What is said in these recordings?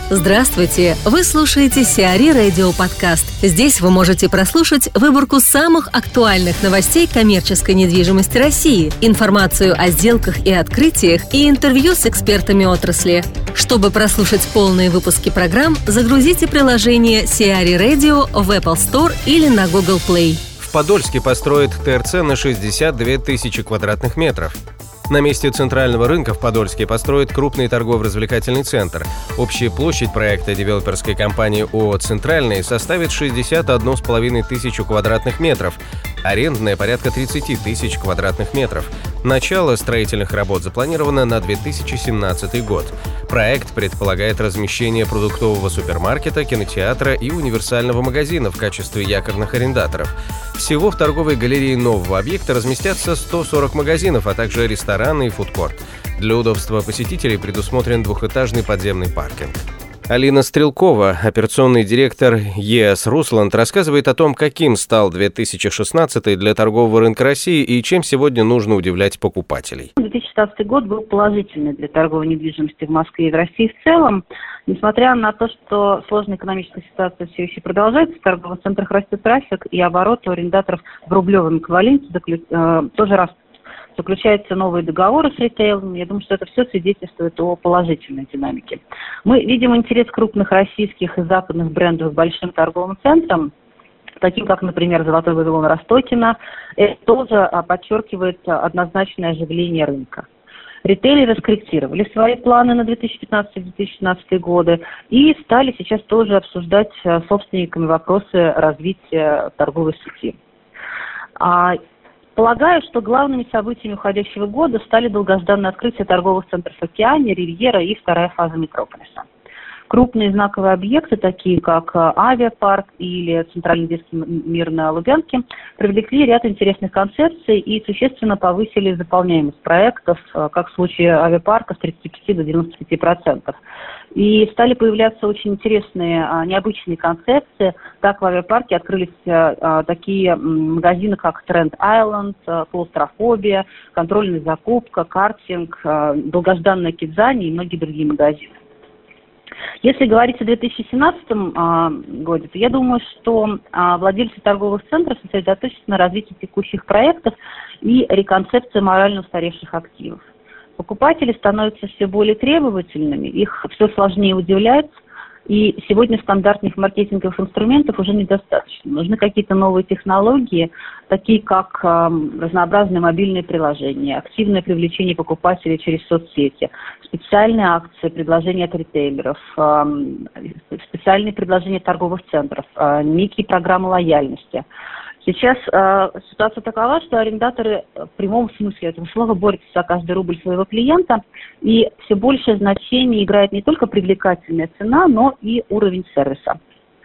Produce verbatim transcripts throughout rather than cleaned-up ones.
Здравствуйте! Вы слушаете Сиари Радио Подкаст. Здесь вы можете прослушать выборку самых актуальных новостей коммерческой недвижимости России, информацию о сделках и открытиях и интервью с экспертами отрасли. Чтобы прослушать полные выпуски программ, загрузите приложение Сиари Radio в Apple Store или на Google Play. В Подольске построят ТРЦ на шестьдесят две тысячи квадратных метров. На месте центрального рынка в Подольске построят крупный торгово-развлекательный центр. Общая площадь проекта девелоперской компании ООО «Центральный» составит шестьдесят одну с половиной тысячу квадратных метров, арендная порядка тридцать тысяч квадратных метров. Начало строительных работ запланировано на две тысячи семнадцатый год. Проект предполагает размещение продуктового супермаркета, кинотеатра и универсального магазина в качестве якорных арендаторов. Всего в торговой галерее нового объекта разместятся сто сорок магазинов, а также рестораны и фудкорт. Для удобства посетителей предусмотрен двухэтажный подземный паркинг. Алина Стрелкова, операционный директор ЕС «Русланд», рассказывает о том, каким стал две тысячи шестнадцатый для торгового рынка России и чем сегодня нужно удивлять покупателей. две тысячи шестнадцатый год был положительный для торговой недвижимости в Москве и в России в целом. Несмотря на то, что сложная экономическая ситуация все еще продолжается, в торговых центрах растет трафик, и обороты у арендаторов в рублевом эквиваленте э, тоже растут. Заключаются новые договоры с ритейлом. Я думаю, что это все свидетельствует о положительной динамике. Мы видим интерес крупных российских и западных брендов к большим торговым центрам, таким как, например, «Золотой Вавилон» Ростокино. Это тоже подчеркивает однозначное оживление рынка. Ритейлеры скорректировали свои планы на две тысячи пятнадцатый - две тысячи шестнадцатый годы и стали сейчас тоже обсуждать с собственниками вопросы развития торговой сети. Полагаю, что главными событиями уходящего года стали долгожданное открытие торговых центров «Океания», «Ривьера» и вторая фаза «Метрополиса». Крупные знаковые объекты, такие как авиапарк или Центральный детский мир на Лубянке, привлекли ряд интересных концепций и существенно повысили заполняемость проектов, как в случае авиапарка, с тридцати пяти до девяноста пяти процентов. И стали появляться очень интересные, необычные концепции. Так в авиапарке открылись такие магазины, как Тренд Айленд, клаустрофобия, контрольная закупка, картинг, долгожданная Кидзани и многие другие магазины. Если говорить о две тысячи семнадцатом э, году, то я думаю, что э, владельцы торговых центров сосредоточатся на развитии текущих проектов и реконцепции морально устаревших активов. Покупатели становятся все более требовательными, их все сложнее удивлять, и сегодня стандартных маркетинговых инструментов уже недостаточно. Нужны какие-то новые технологии, такие как э, разнообразные мобильные приложения, активное привлечение покупателей через соцсети, специальные акции, предложения от ритейлеров, э, специальные предложения торговых центров, э, некие программы лояльности. Сейчас э, ситуация такова, что арендаторы в прямом смысле этого слова борются за каждый рубль своего клиента, и все большее значение играет не только привлекательная цена, но и уровень сервиса.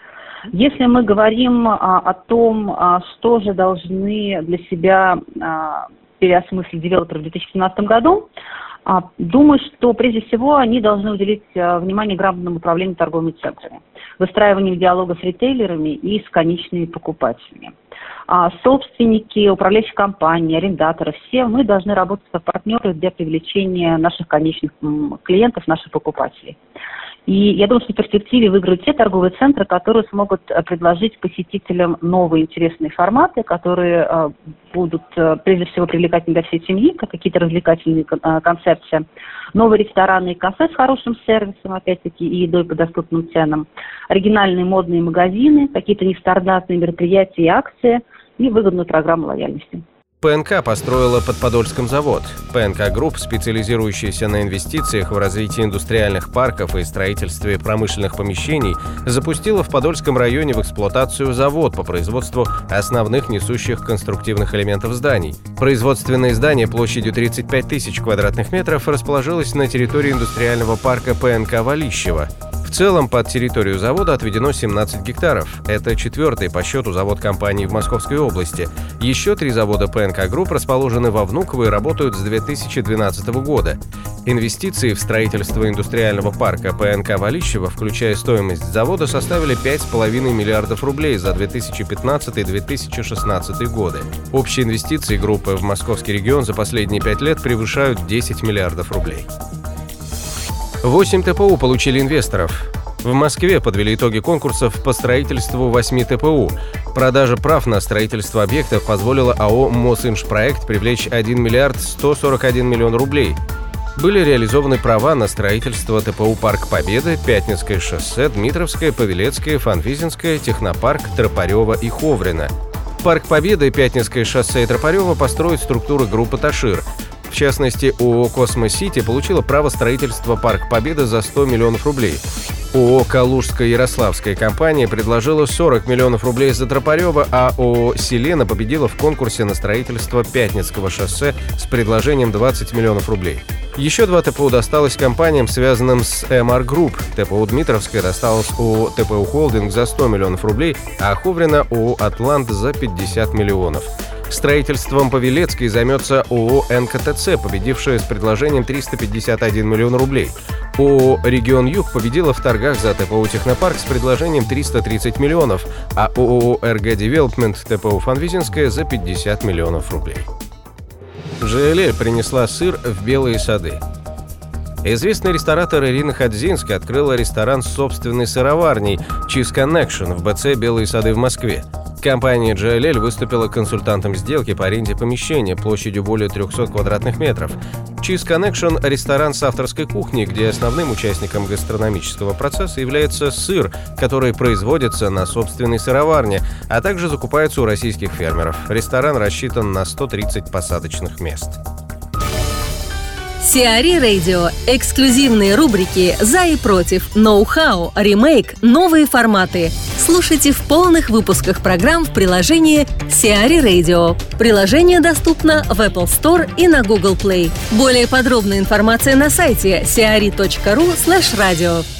Если мы говорим а, о том, а, что же должны для себя а, переосмыслить девелоперы в две тысячи семнадцатом году, а, думаю, что прежде всего они должны уделить а, внимание грамотному управлению торговыми центрами, выстраиванию диалога с ритейлерами и с конечными покупателями. А собственники, управляющие компании, арендаторы, все мы должны работать как партнеры для привлечения наших конечных клиентов, наших покупателей. И я думаю, что в перспективе выиграют те торговые центры, которые смогут предложить посетителям новые интересные форматы, которые э, будут э, прежде всего привлекательны для всей семьи, как какие-то развлекательные э, концепции, новые рестораны и кафе с хорошим сервисом, опять-таки, и едой по доступным ценам, оригинальные модные магазины, какие-то нестандартные мероприятия и акции и выгодную программу лояльности. ПНК построила под Подольском завод. ПНК Групп, специализирующаяся на инвестициях в развитии индустриальных парков и строительстве промышленных помещений, запустила в Подольском районе в эксплуатацию завод по производству основных несущих конструктивных элементов зданий. Производственное здание площадью тридцать пять тысяч квадратных метров расположилось на территории индустриального парка ПНК Валищево. В целом под территорию завода отведено семнадцать гектаров. Это четвертый по счету завод компании в Московской области. Еще три завода ПНК Групп расположены во Внуково и работают с две тысячи двенадцатого года. Инвестиции в строительство индустриального парка ПНК Валищево, включая стоимость завода, составили пять с половиной миллиардов рублей за две тысячи пятнадцатый - две тысячи шестнадцатый годы. Общие инвестиции группы в московский регион за последние пять лет превышают десять миллиардов рублей. восемь ТПУ получили инвесторов. В Москве подвели итоги конкурсов по строительству восьми тэ пэ у. Продажа прав на строительство объектов позволила АО «Мосинжпроект» привлечь один миллиард сто сорок один миллион рублей. Были реализованы права на строительство тэ пэ у «Парк Победы», Пятницкое шоссе, Дмитровское, Павелецкое, Фанвизинское, Технопарк, Тропарева и Ховрина. Парк Победы, Пятницкое шоссе и Тропарева построят структуры группы «Ташир». В частности, ООО «Космо-Сити» получила право строительства «Парк Победы» за сто миллионов рублей. ООО «Калужско-Ярославская компания» предложила сорок миллионов рублей за Тропарева, а ООО «Селена» победила в конкурсе на строительство Пятницкого шоссе с предложением двадцать миллионов рублей. Еще два тэ пэ у досталось компаниям, связанным с эм ар Group. тэ пэ у «Дмитровская» досталось ООО «тэ пэ у Холдинг» за сто миллионов рублей, а Ховрина ООО «Атлант» за пятьдесят миллионов. Строительством Павелецкой займется ООО эн ка тэ цэ, победившая с предложением триста пятьдесят один миллион рублей. ООО «Регион Юг» победила в торгах за тэ пэ у «Технопарк» с предложением триста тридцать миллионов, а ООО эр джи Development тэ пэ у «Фанвизинская» за пятьдесят миллионов рублей. джи эл эль принесла сыр в Белые сады. Известный ресторатор Ирина Ходзинская открыла ресторан с собственной сыроварней Cheese Connection в бэ цэ «Белые сады» в Москве. Компания джи эл эль выступила консультантом сделки по аренде помещения площадью более трехсот квадратных метров. Cheese Connection – ресторан с авторской кухней, где основным участником гастрономического процесса является сыр, который производится на собственной сыроварне, а также закупается у российских фермеров. Ресторан рассчитан на сто тридцать посадочных мест. Сиари Radio. Эксклюзивные рубрики «За и против», «Ноу-хау», «Ремейк», «Новые форматы». Слушайте в полных выпусках программ в приложении Сиари Radio. Приложение доступно в Apple Store и на Google Play. Более подробная информация на сайте сиари точка ру слэш радио.